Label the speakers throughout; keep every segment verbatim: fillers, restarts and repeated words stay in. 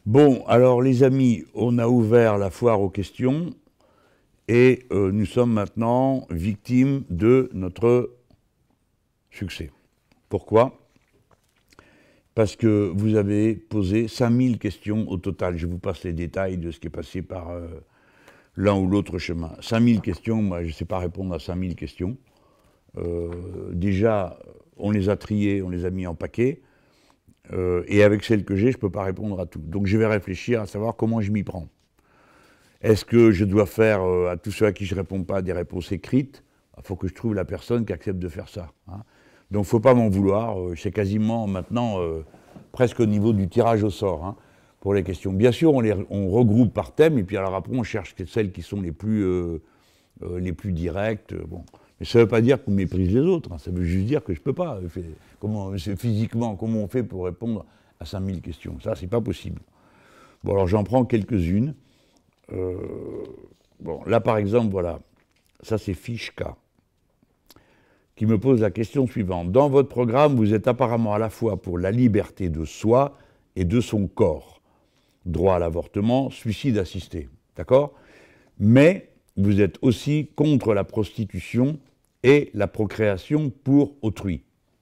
Speaker 1: Bon, alors les amis, on a ouvert la foire aux questions et euh, nous sommes maintenant victimes de notre succès. Pourquoi ? Parce que vous avez posé cinq mille questions au total. Je vous passe les détails de ce qui est passé par euh, l'un ou l'autre chemin. cinq mille questions, moi je ne sais pas répondre à cinq mille questions. Euh, déjà, on les a triées, on les a mis en paquet. Euh, et avec celles que j'ai, je ne peux pas répondre à tout. Donc je vais réfléchir à savoir comment je m'y prends. Est-ce que je dois faire euh, à tous ceux à qui je ne réponds pas des réponses écrites ? Il faut que je trouve la personne qui accepte de faire ça. Hein. Donc il ne faut pas m'en vouloir. Euh, c'est quasiment maintenant euh, presque au niveau du tirage au sort hein, pour les questions. Bien sûr, on, les, on regroupe par thème et puis alors après on cherche celles qui sont les plus, euh, euh, les plus directes. Bon. Mais ça ne veut pas dire qu'on méprise les autres, hein. Ça veut juste dire que je ne peux pas. Comment, physiquement, comment on fait pour répondre à cinq mille questions ? Ça, c'est pas possible. Bon, alors j'en prends quelques-unes. Euh, bon, là, par exemple, voilà. Ça, c'est Fichka, qui me pose la question suivante. Dans votre programme, vous êtes apparemment à la fois pour la liberté de soi et de son corps. Droit à l'avortement, suicide assisté. D'accord ? Mais vous êtes aussi contre la prostitution et la procréation pour autrui.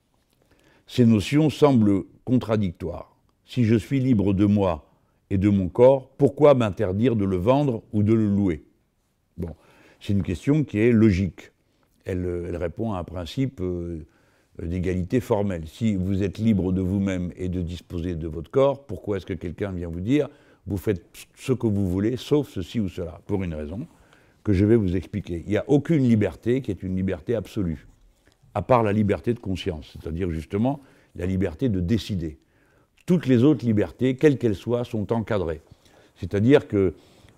Speaker 1: Ces notions semblent contradictoires. Si je suis libre de moi et de mon corps, pourquoi m'interdire de le vendre ou de le louer ? Bon, c'est une question qui est logique. Elle, elle répond à un principe euh, d'égalité formelle. Si vous êtes libre de vous-même et de disposer de votre corps, pourquoi est-ce que quelqu'un vient vous dire « vous faites ce que vous voulez, sauf ceci ou cela » ? Pour une raison que je vais vous expliquer. Il n'y a aucune liberté qui est une liberté absolue, à part la liberté de conscience, c'est-à-dire justement la liberté de décider. Toutes les autres libertés, quelles qu'elles soient, sont encadrées. C'est-à-dire qu'elles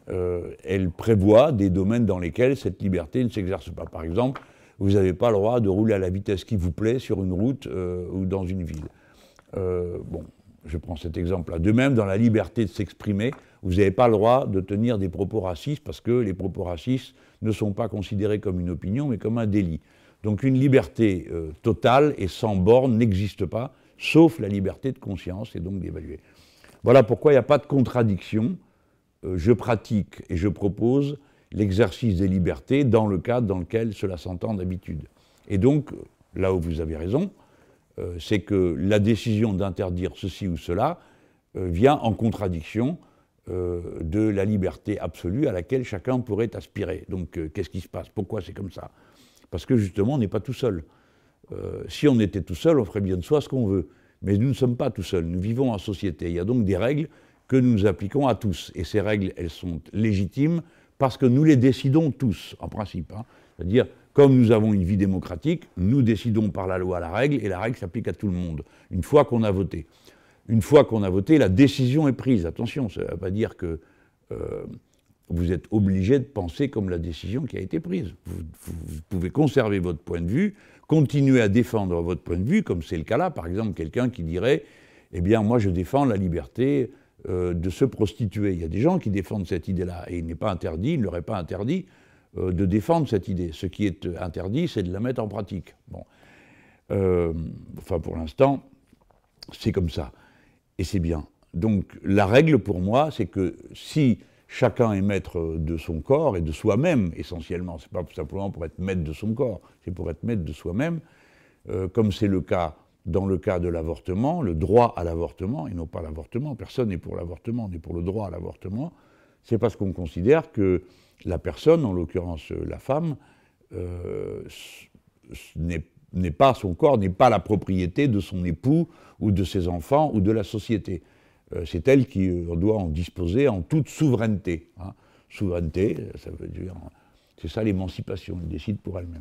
Speaker 1: euh, prévoient des domaines dans lesquels cette liberté ne s'exerce pas. Par exemple, vous n'avez pas le droit de rouler à la vitesse qui vous plaît sur une route euh, ou dans une ville. Euh, bon, je prends cet exemple-là. De même, dans la liberté de s'exprimer, vous n'avez pas le droit de tenir des propos racistes parce que les propos racistes ne sont pas considérés comme une opinion, mais comme un délit. Donc une liberté euh, totale et sans borne n'existe pas, sauf la liberté de conscience et donc d'évaluer. Voilà pourquoi il n'y a pas de contradiction. Euh, je pratique et je propose l'exercice des libertés dans le cadre dans lequel cela s'entend d'habitude. Et donc, là où vous avez raison, euh, c'est que la décision d'interdire ceci ou cela euh, vient en contradiction euh, de la liberté absolue à laquelle chacun pourrait aspirer. Donc, euh, qu'est-ce qui se passe ? Pourquoi c'est comme ça ? Parce que justement, on n'est pas tout seul. Euh, si on était tout seul, on ferait bien de soi ce qu'on veut. Mais nous ne sommes pas tout seuls, nous vivons en société. Il y a donc des règles que nous appliquons à tous. Et ces règles, elles sont légitimes parce que nous les décidons tous, en principe. Hein. C'est-à-dire, comme nous avons une vie démocratique, nous décidons par la loi la règle, et la règle s'applique à tout le monde, une fois qu'on a voté. Une fois qu'on a voté, la décision est prise. Attention, ça ne veut pas dire que euh, vous êtes obligé de penser comme la décision qui a été prise. Vous, vous, vous pouvez conserver votre point de vue, continuer à défendre votre point de vue, comme c'est le cas là, par exemple, quelqu'un qui dirait « Eh bien, moi, je défends la liberté euh, de se prostituer ». Il y a des gens qui défendent cette idée-là, et il n'est pas interdit, il ne leur est pas interdit euh, de défendre cette idée. Ce qui est interdit, c'est de la mettre en pratique. Bon. Euh, enfin, pour l'instant, c'est comme ça. Et c'est bien. Donc, la règle pour moi, c'est que si chacun est maître de son corps et de soi-même, essentiellement. Ce n'est pas simplement pour être maître de son corps, c'est pour être maître de soi-même, euh, comme c'est le cas dans le cas de l'avortement, le droit à l'avortement, et non pas l'avortement. Personne n'est pour l'avortement, on est pour le droit à l'avortement. C'est parce qu'on considère que la personne, en l'occurrence la femme, euh, n'est, n'est pas son corps, n'est pas la propriété de son époux ou de ses enfants ou de la société. C'est elle qui doit en disposer en toute souveraineté. Hein. Souveraineté, ça veut dire, c'est ça l'émancipation, elle décide pour elle-même.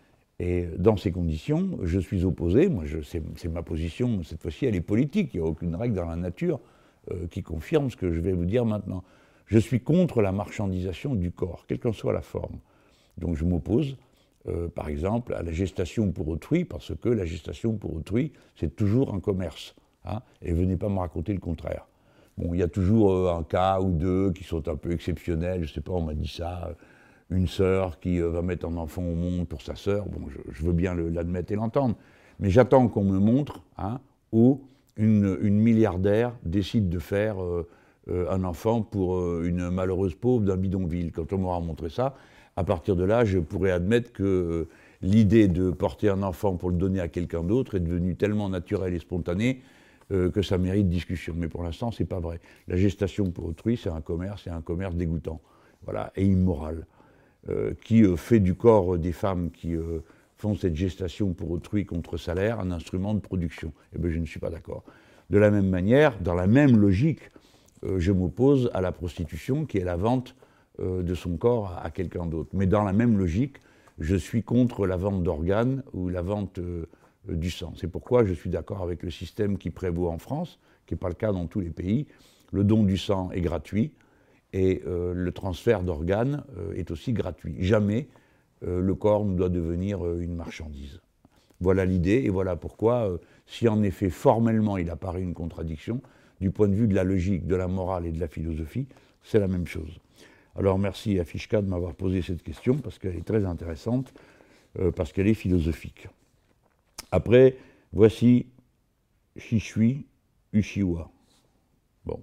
Speaker 1: Et dans ces conditions, je suis opposé, moi je, c'est, c'est ma position, cette fois-ci elle est politique, il n'y a aucune règle dans la nature euh, qui confirme ce que je vais vous dire maintenant. Je suis contre la marchandisation du corps, quelle qu'en soit la forme. Donc je m'oppose, euh, par exemple, à la gestation pour autrui, parce que la gestation pour autrui, c'est toujours un commerce. Hein, et venez pas me raconter le contraire. Bon, il y a toujours euh, un cas ou deux qui sont un peu exceptionnels, je sais pas, on m'a dit ça, une sœur qui euh, va mettre un enfant au monde pour sa sœur, bon, je, je veux bien le, l'admettre et l'entendre, mais j'attends qu'on me montre hein, où une, une milliardaire décide de faire euh, euh, un enfant pour euh, une malheureuse pauvre d'un bidonville. Quand on m'aura montré ça, à partir de là, je pourrais admettre que euh, l'idée de porter un enfant pour le donner à quelqu'un d'autre est devenue tellement naturelle et spontanée euh, que ça mérite discussion. Mais pour l'instant, c'est pas vrai. La gestation pour autrui, c'est un commerce, c'est un commerce dégoûtant, voilà, et immoral, euh, qui euh, fait du corps des femmes qui euh, font cette gestation pour autrui contre salaire un instrument de production. Eh bien, je ne suis pas d'accord. De la même manière, dans la même logique, euh, je m'oppose à la prostitution, qui est la vente euh, de son corps à, à quelqu'un d'autre. Mais dans la même logique, je suis contre la vente d'organes ou la vente euh, du sang. C'est pourquoi je suis d'accord avec le système qui prévaut en France, qui n'est pas le cas dans tous les pays. Le don du sang est gratuit et euh, le transfert d'organes euh, est aussi gratuit. Jamais euh, le corps ne doit devenir euh, une marchandise. Voilà l'idée, et voilà pourquoi, euh, si en effet formellement il apparaît une contradiction, du point de vue de la logique, de la morale et de la philosophie, c'est la même chose. Alors merci à Fischka de m'avoir posé cette question, parce qu'elle est très intéressante, euh, parce qu'elle est philosophique. Après, voici Shishui Ushiwa. Bon.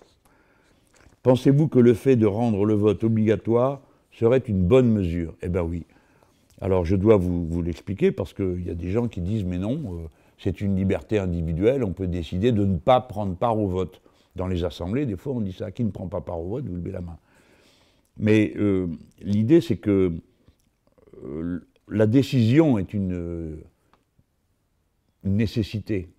Speaker 1: Pensez-vous que le fait de rendre le vote obligatoire serait une bonne mesure? Eh bien oui. Alors je dois vous, vous l'expliquer, parce qu'il y a des gens qui disent « mais non, euh, c'est une liberté individuelle, on peut décider de ne pas prendre part au vote ». Dans les assemblées, des fois on dit ça, qui ne prend pas part au vote, vous levez la main. Mais euh, l'idée c'est que euh, la décision est une, euh, une nécessité.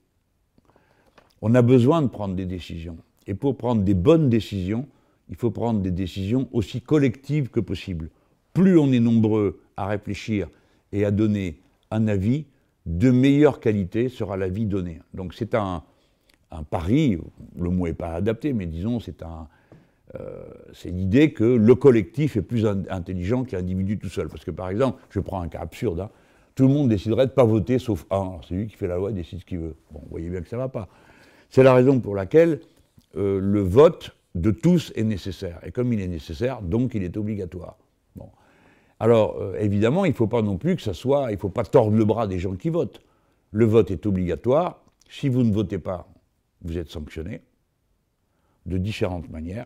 Speaker 1: On a besoin de prendre des décisions. Et pour prendre des bonnes décisions, il faut prendre des décisions aussi collectives que possible. Plus on est nombreux à réfléchir et à donner un avis, de meilleure qualité sera l'avis donné. Donc c'est un, un pari, le mot n'est pas adapté, mais disons c'est un, euh, c'est l'idée que le collectif est plus in- intelligent que l'individu tout seul. Parce que par exemple, je prends un cas absurde, hein, tout le monde déciderait de ne pas voter sauf un. Alors, c'est lui qui fait la loi et décide ce qu'il veut. Bon, vous voyez bien que ça ne va pas. C'est la raison pour laquelle euh, le vote de tous est nécessaire. Et comme il est nécessaire, donc il est obligatoire. Bon. Alors, euh, évidemment, il ne faut pas non plus que ça soit... Il ne faut pas tordre le bras des gens qui votent. Le vote est obligatoire. Si vous ne votez pas, vous êtes sanctionné de différentes manières.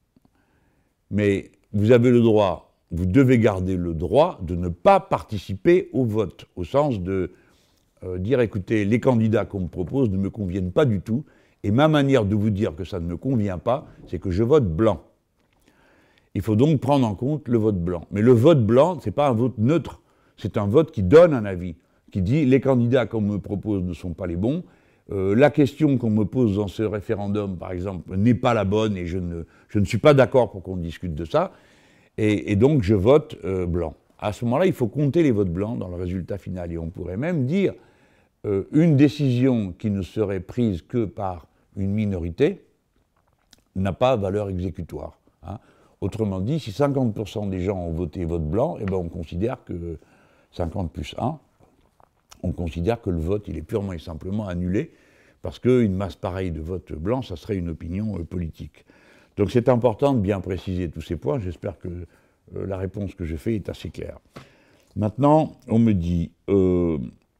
Speaker 1: Mais vous avez le droit, vous devez garder le droit de ne pas participer au vote, au sens de euh, dire, écoutez, les candidats qu'on me propose ne me conviennent pas du tout, et ma manière de vous dire que ça ne me convient pas, c'est que je vote blanc. Il faut donc prendre en compte le vote blanc. Mais le vote blanc, ce n'est pas un vote neutre, c'est un vote qui donne un avis, qui dit les candidats qu'on me propose ne sont pas les bons, euh, la question qu'on me pose dans ce référendum, par exemple, n'est pas la bonne et je ne, je ne suis pas d'accord pour qu'on discute de ça, et, et donc je vote euh, blanc. À ce moment-là, il faut compter les votes blancs dans le résultat final, et on pourrait même dire euh, une décision qui ne serait prise que par une minorité n'a pas valeur exécutoire. Hein. Autrement dit, si cinquante pour cent des gens ont voté vote blanc, eh ben on considère que cinquante plus un, on considère que le vote il est purement et simplement annulé, parce qu'une masse pareille de vote blanc, ça serait une opinion euh, politique. Donc c'est important de bien préciser tous ces points, j'espère que euh, la réponse que je fais est assez claire. Maintenant, on me dit, euh,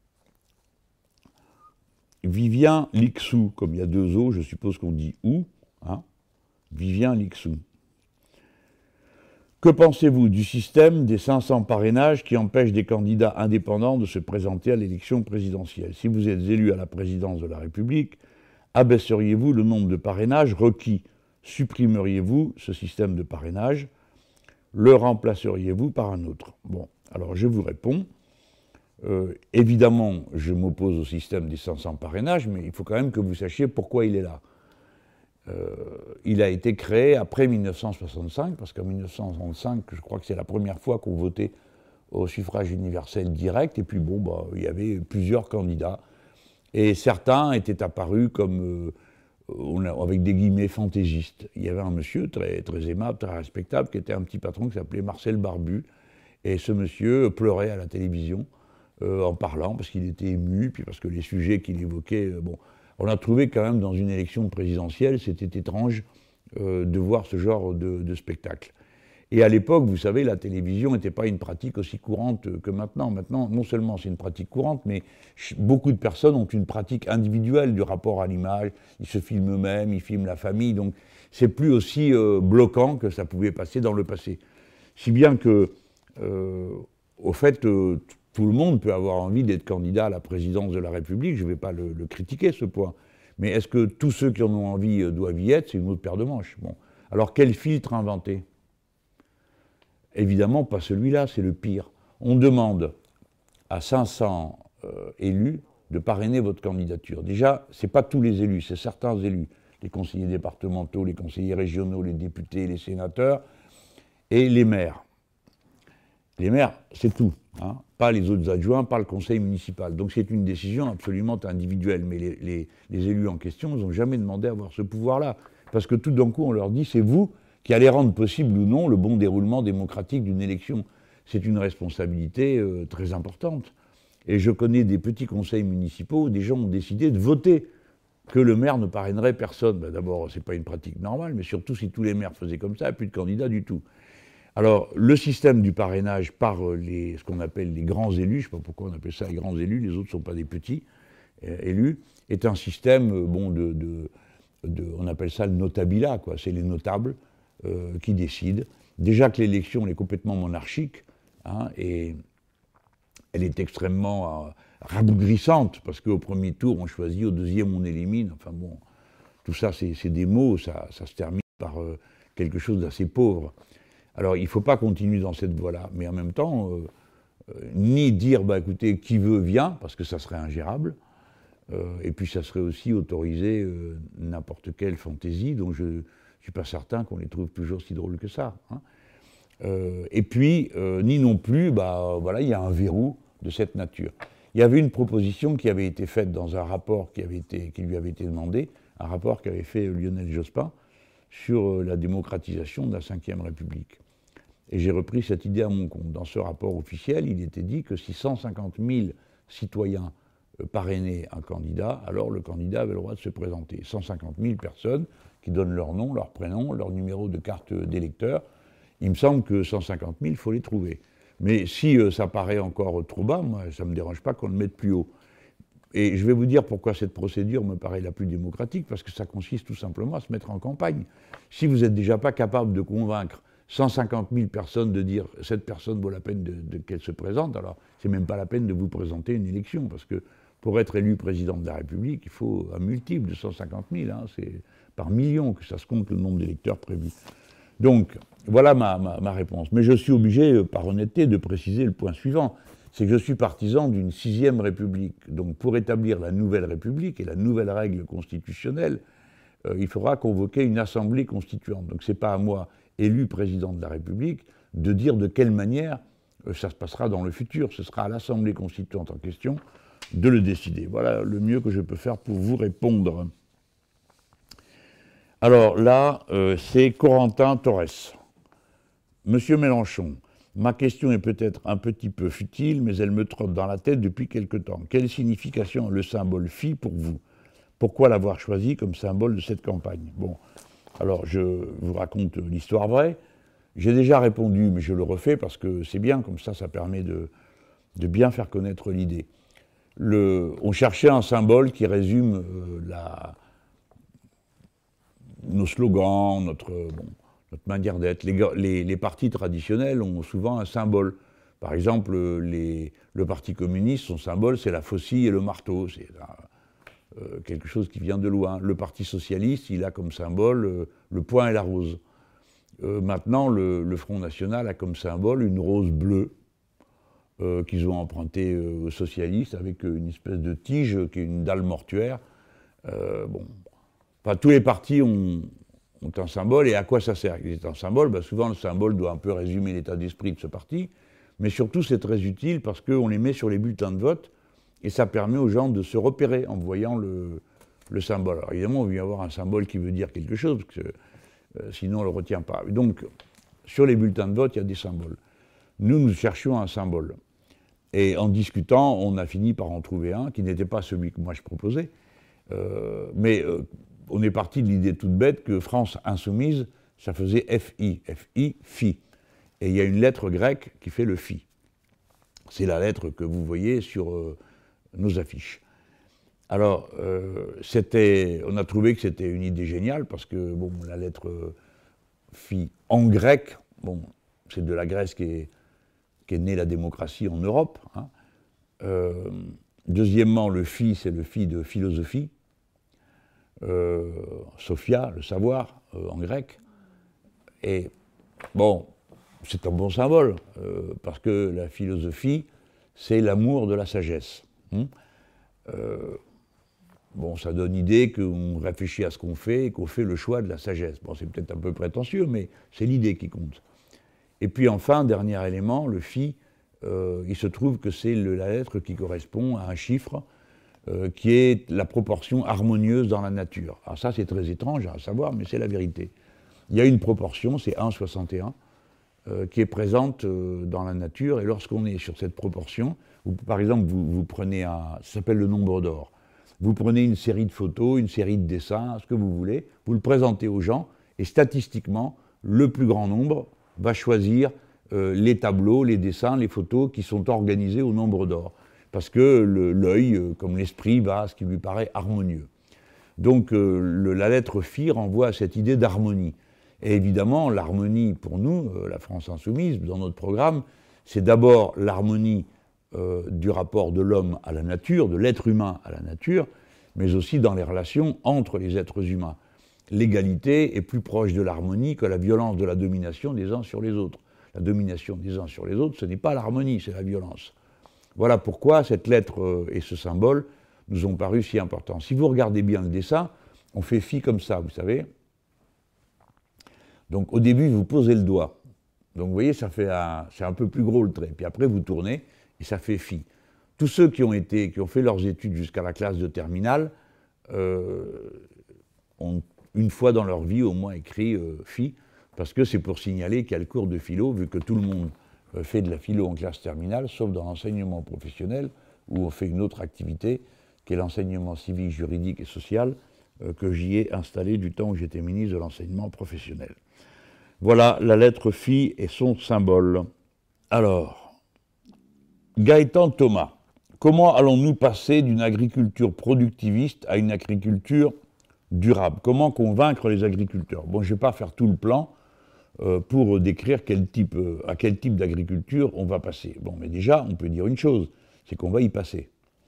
Speaker 1: Vivien Lixou, comme il y a deux O, je suppose qu'on dit ou, hein, Vivien Lixou. Que pensez-vous du système des cinq cents parrainages qui empêchent des candidats indépendants de se présenter à l'élection présidentielle? Si vous êtes élu à la présidence de la République, abaisseriez-vous le nombre de parrainages requis? Supprimeriez-vous ce système de parrainage? Le remplaceriez-vous par un autre? Bon, alors je vous réponds. Euh, évidemment, je m'oppose au système des cinq cents parrainages, mais il faut quand même que vous sachiez pourquoi il est là. Euh, il a été créé après mille neuf cent soixante-cinq, parce qu'en mille neuf cent soixante-cinq, je crois que c'est la première fois qu'on votait au suffrage universel direct, et puis bon, bah, il y avait plusieurs candidats, et certains étaient apparus comme, euh, avec des guillemets, fantaisistes. Il y avait un monsieur très, très aimable, très respectable, qui était un petit patron qui s'appelait Marcel Barbu, et ce monsieur pleurait à la télévision euh, en parlant, parce qu'il était ému, puis parce que les sujets qu'il évoquait, euh, bon... On a trouvé quand même dans une élection présidentielle, c'était étrange euh, de voir ce genre de, de spectacle. Et à l'époque, vous savez, la télévision n'était pas une pratique aussi courante que maintenant. Maintenant, non seulement c'est une pratique courante, mais beaucoup de personnes ont une pratique individuelle du rapport à l'image. Ils se filment eux-mêmes, ils filment la famille. Donc c'est plus aussi euh, bloquant que ça pouvait passer dans le passé. Si bien que, euh, au fait, euh, tout le monde peut avoir envie d'être candidat à la présidence de la République, je ne vais pas le, le critiquer, ce point. Mais est-ce que tous ceux qui en ont envie euh, doivent y être? C'est une autre paire de manches. Bon. Alors, quel filtre inventer? Évidemment, pas celui-là, c'est le pire. On demande à cinq cents euh, élus de parrainer votre candidature. Déjà, ce n'est pas tous les élus, c'est certains élus. Les conseillers départementaux, les conseillers régionaux, les députés, les sénateurs et les maires. Les maires, c'est tout. Hein, pas les autres adjoints, pas le conseil municipal. Donc c'est une décision absolument individuelle. Mais les, les, les élus en question, ils n'ont jamais demandé à avoir ce pouvoir-là. Parce que tout d'un coup, on leur dit, c'est vous qui allez rendre possible ou non le bon déroulement démocratique d'une élection. C'est une responsabilité euh, très importante. Et je connais des petits conseils municipaux où des gens ont décidé de voter que le maire ne parrainerait personne. Ben d'abord, ce n'est pas une pratique normale, mais surtout si tous les maires faisaient comme ça, il n'y a plus de candidats du tout. Alors, le système du parrainage par les, ce qu'on appelle les grands élus, je ne sais pas pourquoi on appelle ça les grands élus, les autres ne sont pas des petits euh, élus, est un système, euh, bon, de, de, de, on appelle ça le notabilia, quoi. C'est les notables euh, qui décident. Déjà que l'élection est complètement monarchique, hein, et elle est extrêmement euh, rabougrissante, parce qu'au premier tour, on choisit, au deuxième, on élimine. Enfin bon, tout ça, c'est, c'est des mots, ça, ça se termine par euh, quelque chose d'assez pauvre. Alors, il ne faut pas continuer dans cette voie-là, mais en même temps, euh, euh, ni dire, bah, écoutez, qui veut vient, parce que ça serait ingérable, euh, et puis ça serait aussi autoriser euh, n'importe quelle fantaisie, dont je ne suis pas certain qu'on les trouve toujours si drôles que ça. Hein. Euh, et puis, euh, ni non plus, bah, voilà, il y a un verrou de cette nature. Il y avait une proposition qui avait été faite dans un rapport qui, avait été, qui lui avait été demandé, un rapport qu'avait fait Lionel Jospin, sur la démocratisation de la cinquième République. Et j'ai repris cette idée à mon compte. Dans ce rapport officiel, il était dit que si cent cinquante mille citoyens parrainaient un candidat, alors le candidat avait le droit de se présenter. cent cinquante mille personnes qui donnent leur nom, leur prénom, leur numéro de carte d'électeur. Il me semble que cent cinquante mille, il faut les trouver. Mais si euh, ça paraît encore trop bas, moi, ça ne me dérange pas qu'on le mette plus haut. Et je vais vous dire pourquoi cette procédure me paraît la plus démocratique, parce que ça consiste tout simplement à se mettre en campagne. Si vous n'êtes déjà pas capable de convaincre cent cinquante mille personnes de dire « cette personne vaut la peine de, de, qu'elle se présente », alors c'est même pas la peine de vous présenter une élection, parce que pour être élu président de la République, il faut un multiple de cent cinquante mille, hein, c'est par millions que ça se compte le nombre d'électeurs prévus. Donc, voilà ma, ma, ma réponse. Mais je suis obligé, par honnêteté, de préciser le point suivant. C'est que je suis partisan d'une sixième République. Donc pour établir la nouvelle République et la nouvelle règle constitutionnelle, euh, il faudra convoquer une assemblée constituante. Donc ce n'est pas à moi, élu président de la République, de dire de quelle manière euh, ça se passera dans le futur. Ce sera à l'assemblée constituante en question de le décider. Voilà le mieux que je peux faire pour vous répondre. Alors là, euh, c'est Corentin Torres. Monsieur Mélenchon, ma question est peut-être un petit peu futile, mais elle me trotte dans la tête depuis quelque temps. Quelle signification a le symbole phi pour vous? Pourquoi l'avoir choisi comme symbole de cette campagne? Bon, alors je vous raconte l'histoire vraie. J'ai déjà répondu, mais je le refais parce que c'est bien, comme ça, ça permet de, de bien faire connaître l'idée. Le, on cherchait un symbole qui résume euh, la, nos slogans, notre... Bon, notre manière d'être. Les, les, les partis traditionnels ont souvent un symbole. Par exemple, les, le Parti communiste, son symbole, c'est la faucille et le marteau. C'est euh, quelque chose qui vient de loin. Le Parti socialiste, il a comme symbole euh, le poing et la rose. Euh, maintenant, le, le Front National a comme symbole une rose bleue euh, qu'ils ont empruntée euh, aux socialistes avec une espèce de tige qui est une dalle mortuaire. Euh, bon. Enfin, tous les partis ont... ont un symbole, et à quoi ça sert? C'est un symbole, ben souvent le symbole doit un peu résumer l'état d'esprit de ce parti, mais surtout c'est très utile parce qu'on les met sur les bulletins de vote, et ça permet aux gens de se repérer en voyant le, le symbole. Alors évidemment, on veut y avoir un symbole qui veut dire quelque chose, parce que euh, sinon on ne le retient pas. Donc, sur les bulletins de vote, il y a des symboles. Nous, nous cherchions un symbole. Et en discutant, on a fini par en trouver un, qui n'était pas celui que moi je proposais, euh, mais... Euh, on est parti de l'idée toute bête que France Insoumise, ça faisait F I, F I, phi. Et il y a une lettre grecque qui fait le phi. C'est la lettre que vous voyez sur euh, nos affiches. Alors, euh, c'était, on a trouvé que c'était une idée géniale parce que bon, la lettre phi en grec, bon, c'est de la Grèce qui est, qui est née la démocratie en Europe. Hein. Euh, deuxièmement, le phi, c'est le phi de philosophie. Euh, Sophia, le savoir, euh, en grec. Et bon, c'est un bon symbole, euh, parce que la philosophie, c'est l'amour de la sagesse. Hein. Euh, bon, ça donne idée qu'on réfléchit à ce qu'on fait et qu'on fait le choix de la sagesse. Bon, c'est peut-être un peu prétentieux, mais c'est l'idée qui compte. Et puis enfin, dernier élément, le phi, euh, il se trouve que c'est la lettre qui correspond à un chiffre euh, qui est la proportion harmonieuse dans la nature. Alors ça, c'est très étrange à savoir, mais c'est la vérité. Il y a une proportion, c'est un virgule soixante et un, euh, qui est présente euh, dans la nature, et lorsqu'on est sur cette proportion, vous, par exemple, vous, vous prenez un, ça s'appelle le nombre d'or, vous prenez une série de photos, une série de dessins, ce que vous voulez, vous le présentez aux gens, et statistiquement, le plus grand nombre va choisir euh, les tableaux, les dessins, les photos qui sont organisés au nombre d'or. Parce que l'œil, euh, comme l'esprit, va à ce qui lui paraît harmonieux. Donc euh, le, la lettre phi renvoie à cette idée d'harmonie. Et évidemment, l'harmonie, pour nous, euh, la France Insoumise, dans notre programme, c'est d'abord l'harmonie euh, du rapport de l'homme à la nature, de l'être humain à la nature, mais aussi dans les relations entre les êtres humains. L'égalité est plus proche de l'harmonie que la violence de la domination des uns sur les autres. La domination des uns sur les autres, ce n'est pas l'harmonie, c'est la violence. Voilà pourquoi cette lettre euh, et ce symbole nous ont paru si importants. Si vous regardez bien le dessin, on fait phi comme ça, vous savez. Donc au début, vous posez le doigt. Donc vous voyez, ça fait un, c'est un peu plus gros le trait. Puis après, vous tournez et ça fait phi. Tous ceux qui ont, été, qui ont fait leurs études jusqu'à la classe de terminale euh, ont une fois dans leur vie au moins écrit euh, phi, parce que c'est pour signaler qu'il y a le cours de philo, vu que tout le monde euh, fait de la philo en classe terminale, sauf dans l'enseignement professionnel, où on fait une autre activité, qui est l'enseignement civique, juridique et social, euh, que j'y ai installé du temps où j'étais ministre de l'enseignement professionnel. Voilà la lettre phi et son symbole. Alors, Gaëtan Thomas, comment allons-nous passer d'une agriculture productiviste à une agriculture durable? Comment convaincre les agriculteurs? Bon, je ne vais pas faire tout le plan euh, pour décrire quel type, euh, à quel type d'agriculture on va passer. Bon, mais déjà, on peut dire une chose, c'est qu'on va y passer.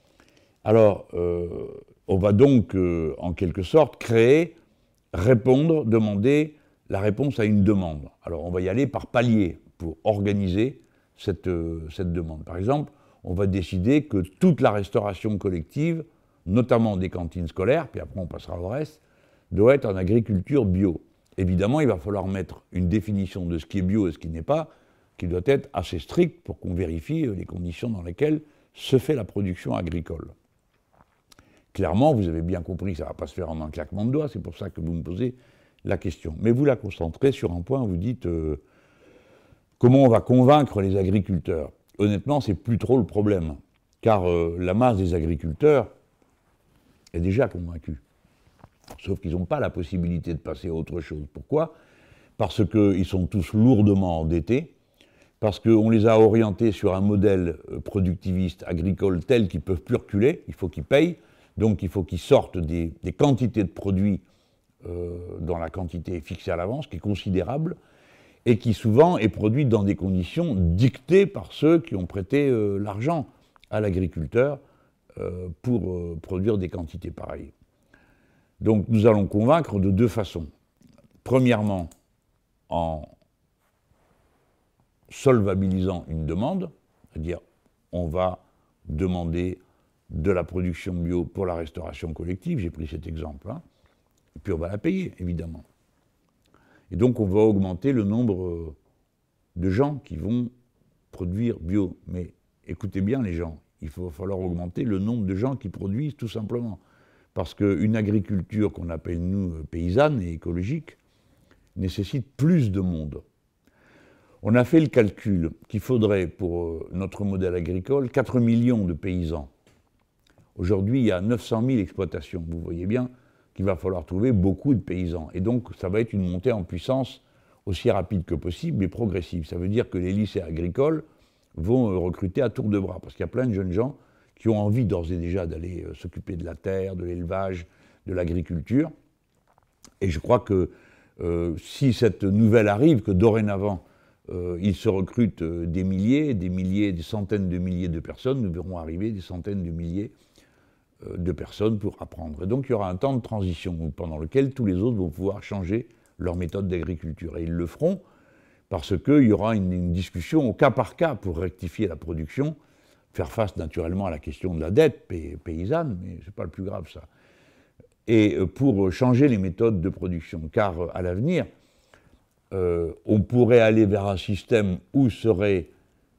Speaker 1: Alors, euh, on va donc, euh, en quelque sorte, créer, répondre, demander la réponse à une demande. Alors, on va y aller par paliers pour organiser cette, euh, cette demande. Par exemple, on va décider que toute la restauration collective, notamment des cantines scolaires, puis après on passera au reste, doit être en agriculture bio. Évidemment, il va falloir mettre une définition de ce qui est bio et ce qui n'est pas, qui doit être assez stricte pour qu'on vérifie les conditions dans lesquelles se fait la production agricole. Clairement, vous avez bien compris que ça ne va pas se faire en un claquement de doigts, c'est pour ça que vous me posez la question. Mais vous la concentrez sur un point, vous dites euh, comment on va convaincre les agriculteurs. Honnêtement, c'est plus trop le problème, car euh, la masse des agriculteurs est déjà convaincue. Sauf qu'ils n'ont pas la possibilité de passer à autre chose. Pourquoi? Parce qu'ils sont tous lourdement endettés, parce qu'on les a orientés sur un modèle productiviste agricole tel qu'ils ne peuvent plus reculer, il faut qu'ils payent, donc il faut qu'ils sortent des, des quantités de produits euh, dont la quantité est fixée à l'avance, qui est considérable, et qui souvent est produite dans des conditions dictées par ceux qui ont prêté euh, l'argent à l'agriculteur euh, pour euh, produire des quantités pareilles. Donc nous allons convaincre de deux façons. Premièrement, en solvabilisant une demande, c'est-à-dire on va demander de la production bio pour la restauration collective, j'ai pris cet exemple, hein, et puis on va la payer, évidemment. Et donc on va augmenter le nombre de gens qui vont produire bio. Mais écoutez bien les gens, il va falloir augmenter le nombre de gens qui produisent tout simplement. Parce qu'une agriculture qu'on appelle nous paysanne et écologique nécessite plus de monde. On a fait le calcul qu'il faudrait pour notre modèle agricole quatre millions de paysans. Aujourd'hui, il y a neuf cent mille exploitations. Vous voyez bien qu'il va falloir trouver beaucoup de paysans. Et donc, ça va être une montée en puissance aussi rapide que possible, mais progressive. Ça veut dire que les lycées agricoles vont recruter à tour de bras, parce qu'il y a plein de jeunes gens qui ont envie d'ores et déjà d'aller euh, s'occuper de la terre, de l'élevage, de l'agriculture. Et je crois que euh, si cette nouvelle arrive, que dorénavant, euh, il se recrute euh, des milliers, des milliers, des centaines de milliers de personnes, nous verrons arriver des centaines de milliers euh, de personnes pour apprendre. Et donc il y aura un temps de transition pendant lequel tous les autres vont pouvoir changer leur méthode d'agriculture. Et ils le feront parce qu'il y aura une, une discussion au cas par cas pour rectifier la production, faire face naturellement à la question de la dette pay, paysanne, mais ce n'est pas le plus grave ça. Et pour changer les méthodes de production, car à l'avenir, euh, on pourrait aller vers un système où serait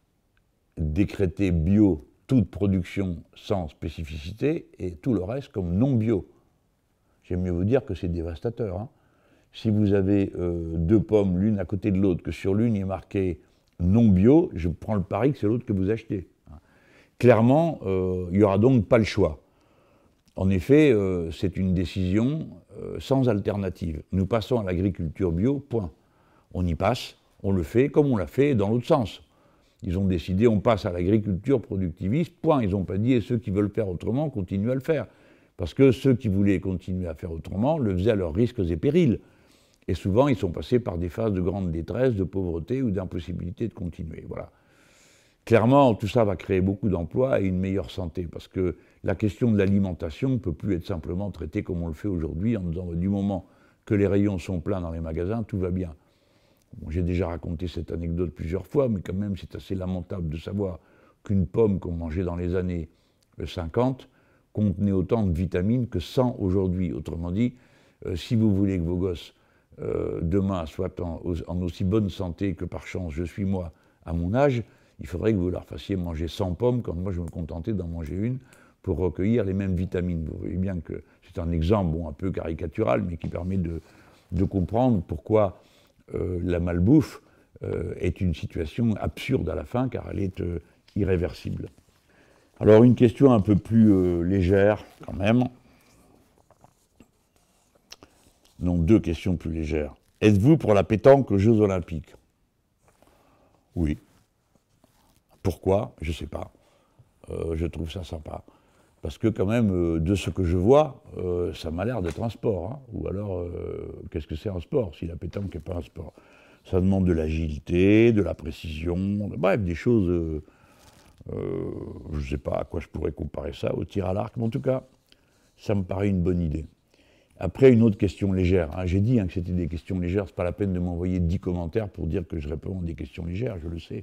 Speaker 1: décrété bio toute production sans spécificité et tout le reste comme non bio. J'aime mieux vous dire que c'est dévastateur. Hein. Si vous avez euh, deux pommes l'une à côté de l'autre, que sur l'une il est marqué non bio, je prends le pari que c'est l'autre que vous achetez. Clairement, euh, il n'y aura donc pas le choix. En effet, euh, c'est une décision euh, sans alternative. Nous passons à l'agriculture bio, point. On y passe, on le fait comme on l'a fait dans l'autre sens. Ils ont décidé, on passe à l'agriculture productiviste, point. Ils n'ont pas dit, et ceux qui veulent faire autrement, continuent à le faire. Parce que ceux qui voulaient continuer à faire autrement le faisaient à leurs risques et périls. Et souvent, ils sont passés par des phases de grande détresse, de pauvreté ou d'impossibilité de continuer. Voilà. Clairement, tout ça va créer beaucoup d'emplois et une meilleure santé, parce que la question de l'alimentation ne peut plus être simplement traitée comme on le fait aujourd'hui, en disant du moment que les rayons sont pleins dans les magasins, tout va bien. Bon, j'ai déjà raconté cette anecdote plusieurs fois, mais quand même c'est assez lamentable de savoir qu'une pomme qu'on mangeait dans les années cinquante contenait autant de vitamines que cent aujourd'hui. Autrement dit, euh, si vous voulez que vos gosses euh, demain soient en, en aussi bonne santé que par chance je suis moi à mon âge, il faudrait que vous leur fassiez manger cent pommes, quand moi je me contentais d'en manger une, pour recueillir les mêmes vitamines. Vous voyez bien que c'est un exemple bon, un peu caricatural, mais qui permet de, de comprendre pourquoi euh, la malbouffe euh, est une situation absurde à la fin, car elle est euh, irréversible. Alors une question un peu plus euh, légère, quand même. Non, deux questions plus légères. Êtes-vous pour la pétanque aux Jeux Olympiques? Oui. Pourquoi? Je ne sais pas. Euh, je trouve ça sympa. Parce que quand même, euh, de ce que je vois, euh, ça m'a l'air d'être un sport. Hein. Ou alors, euh, qu'est-ce que c'est un sport, si la pétanque n'est pas un sport? Ça demande de l'agilité, de la précision, bref, des choses... Euh, euh, je ne sais pas à quoi je pourrais comparer ça, au tir à l'arc, mais en tout cas, ça me paraît une bonne idée. Après, une autre question légère. Hein. J'ai dit hein, que c'était des questions légères, c'est pas la peine de m'envoyer dix commentaires pour dire que je réponds à des questions légères, je le sais.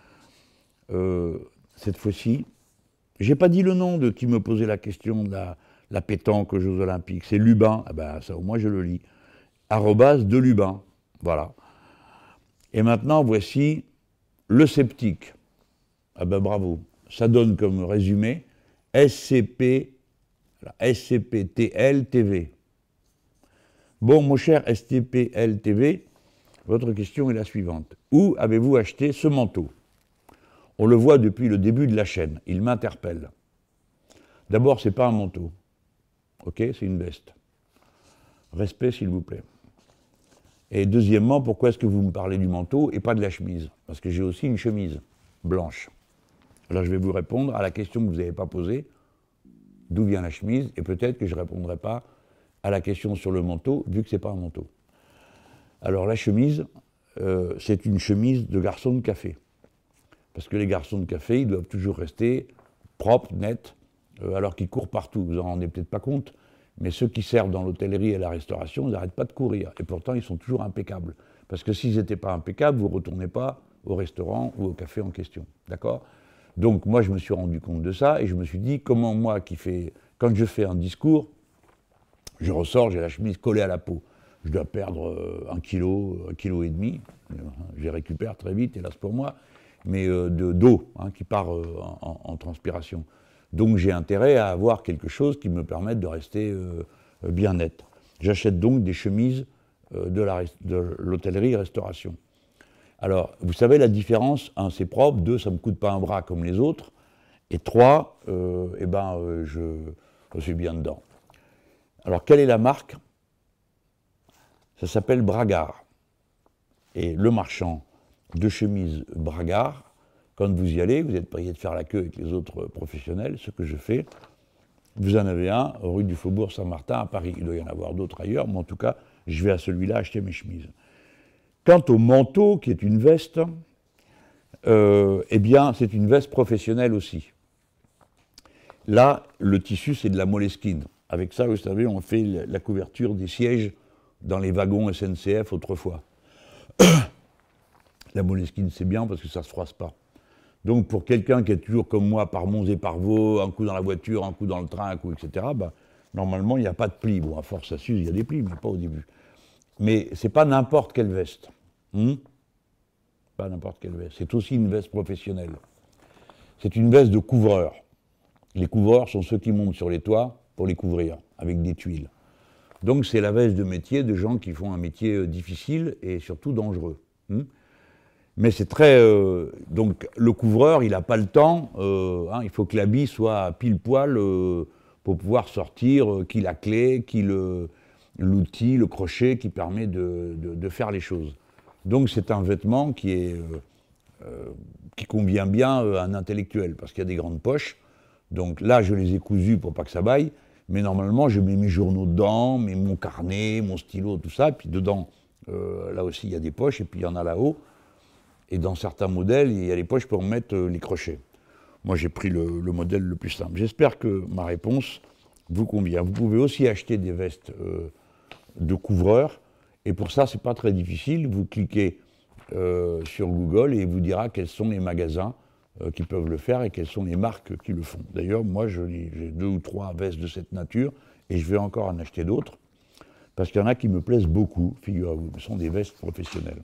Speaker 1: Euh, cette fois-ci, j'ai pas dit le nom de qui me posait la question de la, la pétanque aux Jeux Olympiques. C'est Lubin. Ah ben ça, au moins je le lis. Arrobas de Lubin. Voilà. Et maintenant, voici le sceptique. Ah ben bravo. Ça donne comme résumé S C P, S C P T L T V. Bon, mon cher S C P L T V, votre question est la suivante. Où avez-vous acheté ce manteau? On le voit depuis le début de la chaîne. Il m'interpelle. D'abord, ce n'est pas un manteau. Ok, c'est une veste. Respect, s'il vous plaît. Et deuxièmement, pourquoi est-ce que vous me parlez du manteau et pas de la chemise? Parce que j'ai aussi une chemise blanche. Alors je vais vous répondre à la question que vous n'avez pas posée. D'où vient la chemise? Et peut-être que je ne répondrai pas à la question sur le manteau, vu que ce n'est pas un manteau. Alors la chemise, euh, c'est une chemise de garçon de café. Parce que les garçons de café, ils doivent toujours rester propres, nets, euh, alors qu'ils courent partout. Vous en rendez peut-être pas compte, mais ceux qui servent dans l'hôtellerie et la restauration, ils n'arrêtent pas de courir. Et pourtant, ils sont toujours impeccables. Parce que s'ils n'étaient pas impeccables, vous ne retournez pas au restaurant ou au café en question. D'accord? Donc moi, je me suis rendu compte de ça et je me suis dit, comment moi, qui fais, quand je fais un discours, je ressors, j'ai la chemise collée à la peau. Je dois perdre euh, un kilo, un kilo et demi. Je les récupère très vite, hélas pour moi. Mais euh, de, d'eau hein, qui part euh, en, en transpiration. Donc j'ai intérêt à avoir quelque chose qui me permette de rester euh, bien net. J'achète donc des chemises euh, de, la, de l'hôtellerie-restauration. Alors, vous savez la différence, un, c'est propre, deux, ça ne me coûte pas un bras comme les autres, et trois, euh, eh ben, euh, je, je suis bien dedans. Alors, quelle est la marque? Ça s'appelle Bragard. Et le marchand de chemises Bragard Quand vous y allez, vous êtes prié de faire la queue avec les autres professionnels, ce que je fais. Vous en avez un, rue du Faubourg Saint-Martin à Paris. Il doit y en avoir d'autres ailleurs, mais en tout cas, je vais à celui-là acheter mes chemises. Quant au manteau, qui est une veste, euh, eh bien, c'est une veste professionnelle aussi. Là, le tissu, c'est de la Moleskine. Avec ça, vous savez, on fait la couverture des sièges dans les wagons S N C F autrefois. La Moleskine, c'est bien parce que ça ne se froisse pas. Donc, pour quelqu'un qui est toujours comme moi, par Mons et par Vaux, un coup dans la voiture, un coup dans le train, un coup, et cetera, bah, normalement, il n'y a pas de plis. Bon, à force, ça s'use, il y a des plis, mais pas au début. Mais ce n'est pas n'importe quelle veste. Hmm pas n'importe quelle veste. C'est aussi une veste professionnelle. C'est une veste de couvreur. Les couvreurs sont ceux qui montent sur les toits pour les couvrir, avec des tuiles. Donc, c'est la veste de métier de gens qui font un métier difficile et surtout dangereux. Hmm Mais c'est très... Euh, donc, le couvreur, il n'a pas le temps. Euh, hein, il faut que l'habit soit pile poil euh, pour pouvoir sortir, euh, qu'il a clé, qu'il euh, l'outil, le crochet qui permet de, de, de faire les choses. Donc, c'est un vêtement qui, est, euh, euh, qui convient bien euh, à un intellectuel, parce qu'il y a des grandes poches. Donc là, je les ai cousus pour pas que ça baille. Mais normalement, je mets mes journaux dedans, mets mon carnet, mon stylo, tout ça. Puis dedans, euh, là aussi, il y a des poches, et puis il y en a là-haut. Et dans certains modèles, il y a les poches pour mettre euh, les crochets. Moi, j'ai pris le, le modèle le plus simple. J'espère que ma réponse vous convient. Vous pouvez aussi acheter des vestes euh, de couvreur. Et pour ça, c'est pas très difficile. Vous cliquez euh, sur Google et il vous dira quels sont les magasins euh, qui peuvent le faire et quelles sont les marques qui le font. D'ailleurs, moi, j'ai deux ou trois vestes de cette nature et je vais encore en acheter d'autres parce qu'il y en a qui me plaisent beaucoup, figurez-vous. Ce sont des vestes professionnelles.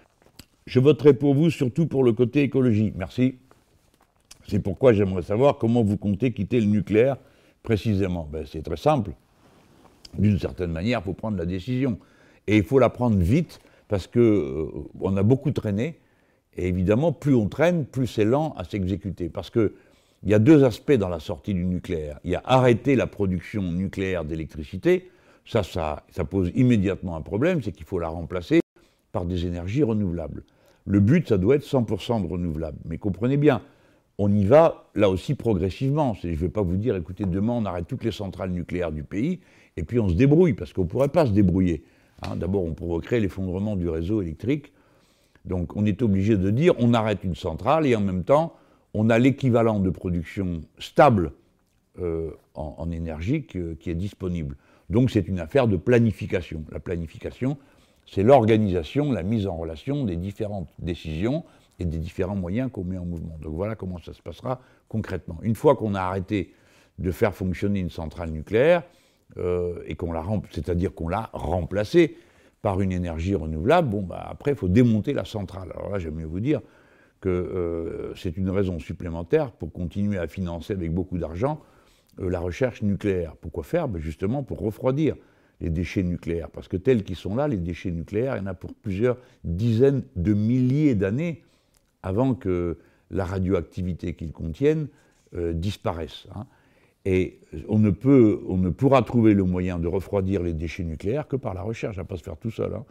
Speaker 1: Je voterai pour vous, surtout pour le côté écologie. Merci. C'est pourquoi j'aimerais savoir comment vous comptez quitter le nucléaire, précisément. Ben, c'est très simple. D'une certaine manière, il faut prendre la décision. Et il faut la prendre vite, parce qu'on euh, a beaucoup traîné. Et évidemment, plus on traîne, plus c'est lent à s'exécuter. Parce qu'il y a deux aspects dans la sortie du nucléaire. Il y a arrêter la production nucléaire d'électricité. Ça, ça, ça pose immédiatement un problème, c'est qu'il faut la remplacer par des énergies renouvelables. Le but, ça doit être cent pour cent de renouvelables. Mais comprenez bien, on y va, là aussi, progressivement. Je ne vais pas vous dire, écoutez, demain, on arrête toutes les centrales nucléaires du pays, et puis on se débrouille, parce qu'on ne pourrait pas se débrouiller. Hein, d'abord, on provoquerait l'effondrement du réseau électrique. Donc, on est obligé de dire, on arrête une centrale, et en même temps, on a l'équivalent de production stable euh, en, en énergie que, qui est disponible. Donc, c'est une affaire de planification. La planification, c'est l'organisation, la mise en relation des différentes décisions et des différents moyens qu'on met en mouvement. Donc voilà comment ça se passera concrètement. Une fois qu'on a arrêté de faire fonctionner une centrale nucléaire, euh, et qu'on l'a, c'est-à-dire qu'on l'a remplacée par une énergie renouvelable, bon, bah, après, il faut démonter la centrale. Alors là, j'aime mieux vous dire que euh, c'est une raison supplémentaire pour continuer à financer avec beaucoup d'argent euh, la recherche nucléaire. Pourquoi faire? Ben justement pour refroidir les déchets nucléaires. Parce que tels qu'ils sont là, les déchets nucléaires, il y en a pour plusieurs dizaines de milliers d'années avant que la radioactivité qu'ils contiennent euh, disparaisse. Hein. Et on ne, peut, on ne pourra trouver le moyen de refroidir les déchets nucléaires que par la recherche. Ça ne va pas se faire tout seul. Hein.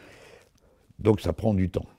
Speaker 1: Donc ça prend du temps.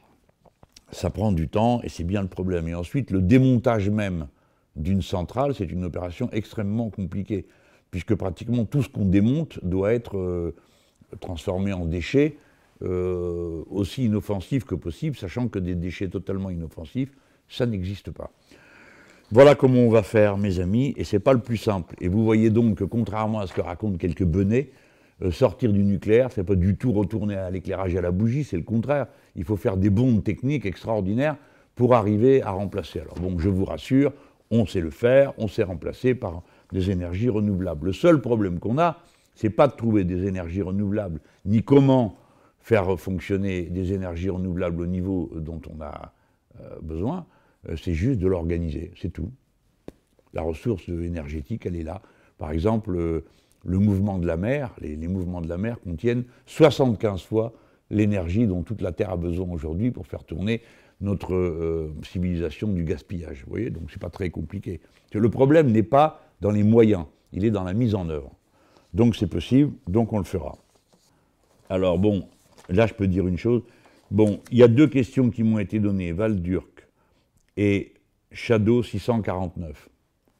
Speaker 1: Ça prend du temps et c'est bien le problème. Et ensuite, le démontage même d'une centrale, c'est une opération extrêmement compliquée, puisque pratiquement tout ce qu'on démonte doit être euh, transformé en déchets euh, aussi inoffensifs que possible, sachant que des déchets totalement inoffensifs, ça n'existe pas. Voilà comment on va faire, mes amis, et c'est pas le plus simple. Et vous voyez donc que, contrairement à ce que racontent quelques benets, euh, sortir du nucléaire, c'est pas du tout retourner à l'éclairage et à la bougie, c'est le contraire. Il faut faire des bondes techniques extraordinaires pour arriver à remplacer. Alors bon, je vous rassure, on sait le faire, on sait remplacer par des énergies renouvelables. Le seul problème qu'on a, c'est pas de trouver des énergies renouvelables, ni comment faire fonctionner des énergies renouvelables au niveau dont on a euh, besoin, c'est juste de l'organiser, c'est tout. La ressource énergétique, elle est là. Par exemple, le, le mouvement de la mer, les, les mouvements de la mer contiennent soixante-quinze fois l'énergie dont toute la Terre a besoin aujourd'hui pour faire tourner notre euh, civilisation du gaspillage. Vous voyez, donc c'est pas très compliqué. Le problème n'est pas dans les moyens, il est dans la mise en œuvre. Donc c'est possible, donc on le fera. Alors bon, là je peux dire une chose. Bon, il y a deux questions qui m'ont été données, Val d'Urc et Shadow six cent quarante-neuf,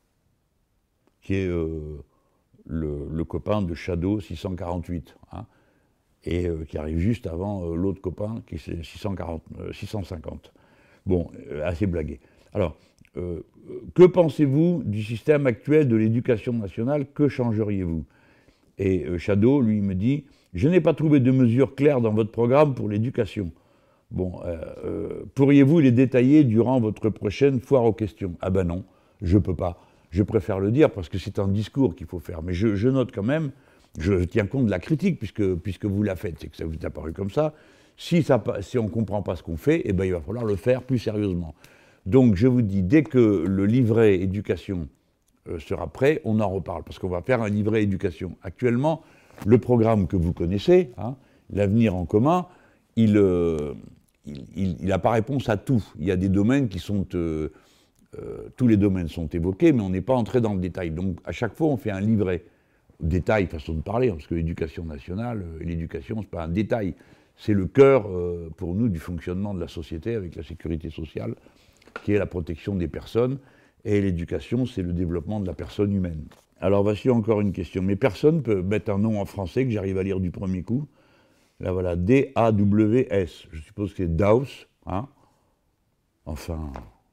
Speaker 1: qui est euh, le, le copain de Shadow six cent quarante-huit, hein, et euh, qui arrive juste avant euh, l'autre copain qui c'est six cent quarante, euh, six cent cinquante. Bon, euh, assez blagué. Alors, euh, que pensez-vous du système actuel de l'éducation nationale? Que changeriez-vous? Et euh, Shadow, lui, me dit, je n'ai pas trouvé de mesures claires dans votre programme pour l'éducation. Bon, euh, euh, pourriez-vous les détailler durant votre prochaine foire aux questions? Ah ben non, je ne peux pas. Je préfère le dire parce que c'est un discours qu'il faut faire. Mais je, je note quand même, je tiens compte de la critique puisque, puisque vous la faites, c'est que ça vous est apparu comme ça. Si, ça, si on ne comprend pas ce qu'on fait, eh ben, il va falloir le faire plus sérieusement. Donc je vous dis, dès que le livret éducation euh, sera prêt, on en reparle, parce qu'on va faire un livret éducation. Actuellement, le programme que vous connaissez, hein, l'avenir en commun, il euh, il n'a pas réponse à tout. Il y a des domaines qui sont... Euh, euh, tous les domaines sont évoqués, mais on n'est pas entré dans le détail. Donc à chaque fois, on fait un livret. Détail, façon de parler, parce que l'éducation nationale et l'éducation, ce n'est pas un détail. C'est le cœur, euh, pour nous, du fonctionnement de la société avec la sécurité sociale, qui est la protection des personnes, et l'éducation, c'est le développement de la personne humaine. Alors voici encore une question. Mais personne peut mettre un nom en français que j'arrive à lire du premier coup. Là voilà, D A W S. Je suppose que c'est Daus, hein. Enfin...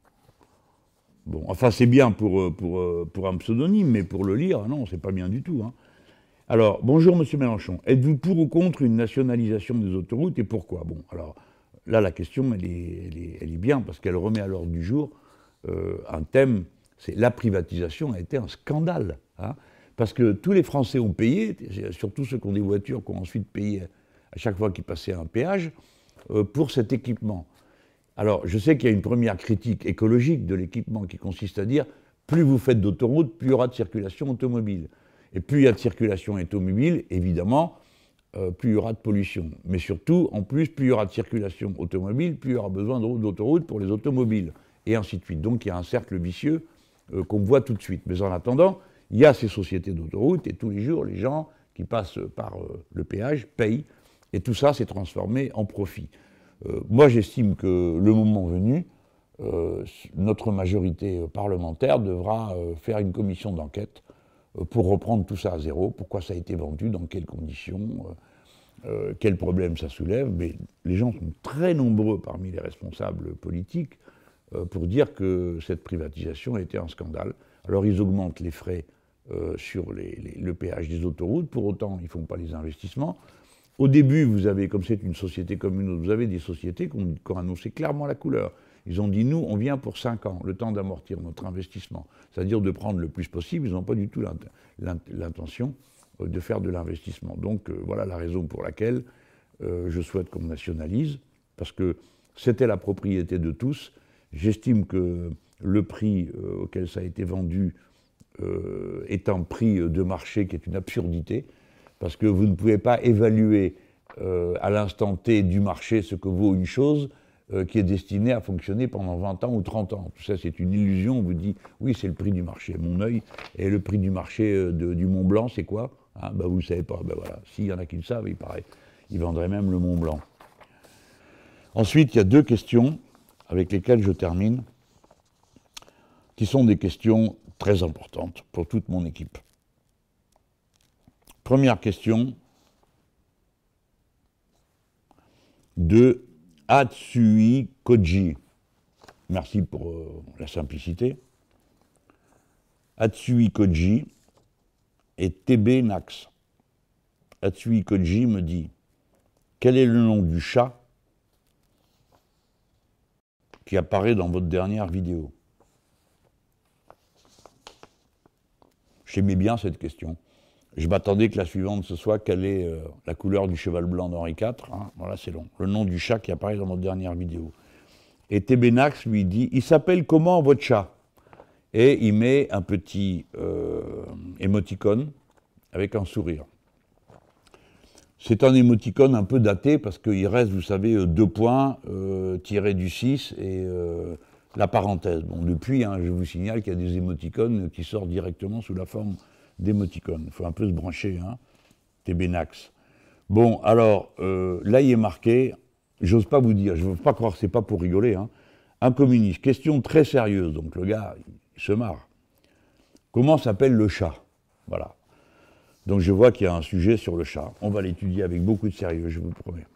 Speaker 1: Bon, enfin c'est bien pour, pour, pour un pseudonyme, mais pour le lire, non, c'est pas bien du tout, hein. Alors, bonjour Monsieur Mélenchon, êtes-vous pour ou contre une nationalisation des autoroutes et pourquoi? Bon, alors là la question elle est, elle est, elle est bien parce qu'elle remet à l'ordre du jour euh, un thème, c'est la privatisation a été un scandale, hein, parce que tous les Français ont payé, surtout ceux qui ont des voitures, qui ont ensuite payé à chaque fois qu'ils passaient un péage, euh, pour cet équipement. Alors, je sais qu'il y a une première critique écologique de l'équipement qui consiste à dire plus vous faites d'autoroutes, plus il y aura de circulation automobile. Et plus il y a de circulation automobile, évidemment, euh, plus il y aura de pollution. Mais surtout, en plus, plus il y aura de circulation automobile, plus il y aura besoin d'autoroutes pour les automobiles, et ainsi de suite. Donc il y a un cercle vicieux euh, qu'on voit tout de suite. Mais en attendant, il y a ces sociétés d'autoroutes, et tous les jours, les gens qui passent par euh, le péage payent, et tout ça s'est transformé en profit. Euh, moi, j'estime que le moment venu, euh, notre majorité parlementaire devra euh, faire une commission d'enquête euh, pour reprendre tout ça à zéro, pourquoi ça a été vendu, dans quelles conditions, euh, euh, quels problèmes ça soulève. Mais les gens sont très nombreux parmi les responsables politiques euh, pour dire que cette privatisation a été un scandale. Alors ils augmentent les frais euh, sur les, les, le péage des autoroutes, pour autant ils ne font pas les investissements. Au début, vous avez, comme c'est une société comme une autre, vous avez des sociétés qui ont, qui ont annoncé clairement la couleur. Ils ont dit, nous, on vient pour cinq ans, le temps d'amortir notre investissement. C'est-à-dire de prendre le plus possible. Ils n'ont pas du tout l'intention de faire de l'investissement. Donc, euh, voilà la raison pour laquelle euh, je souhaite qu'on nationalise, parce que c'était la propriété de tous. J'estime que le prix euh, auquel ça a été vendu euh, est un prix de marché qui est une absurdité, parce que vous ne pouvez pas évaluer euh, à l'instant T du marché ce que vaut une chose euh, qui est destinée à fonctionner pendant vingt ans ou trente ans. Tout ça, c'est une illusion. On vous dit, oui, c'est le prix du marché. Mon œil, et le prix du marché de, du Mont Blanc, c'est quoi, hein, ben, vous ne le savez pas. Ben, voilà. S'il y en a qui le savent, il paraît, ils vendraient même le Mont Blanc. Ensuite, il y a deux questions avec lesquelles je termine, qui sont des questions très importantes pour toute mon équipe. Première question de Atsui Koji. Merci pour euh, la simplicité. Atsui Koji et T B Nax. Atsui Koji me dit, quel est le nom du chat qui apparaît dans votre dernière vidéo? J'aimais bien cette question. Je m'attendais que la suivante, ce soit quelle est euh, la couleur du cheval blanc d'Henri quatre. Hein. Voilà, c'est long. Le nom du chat qui apparaît dans notre dernière vidéo. Et T B Nax lui dit, il s'appelle comment votre chat? Et il met un petit euh, émoticône avec un sourire. C'est un émoticône un peu daté parce qu'il reste, vous savez, deux points euh, tirés du six et euh, la parenthèse. Bon, depuis, hein, je vous signale qu'il y a des émoticônes qui sortent directement sous la forme d'émoticônes. Il faut un peu se brancher, hein, T B Nax. Bon, alors, euh, là, il est marqué, j'ose pas vous dire, je ne veux pas croire que c'est pas pour rigoler, hein, Un communiste. Question très sérieuse, donc le gars, il se marre. Comment s'appelle le chat? Voilà. Donc je vois qu'il y a un sujet sur le chat. On va l'étudier avec beaucoup de sérieux, je vous promets.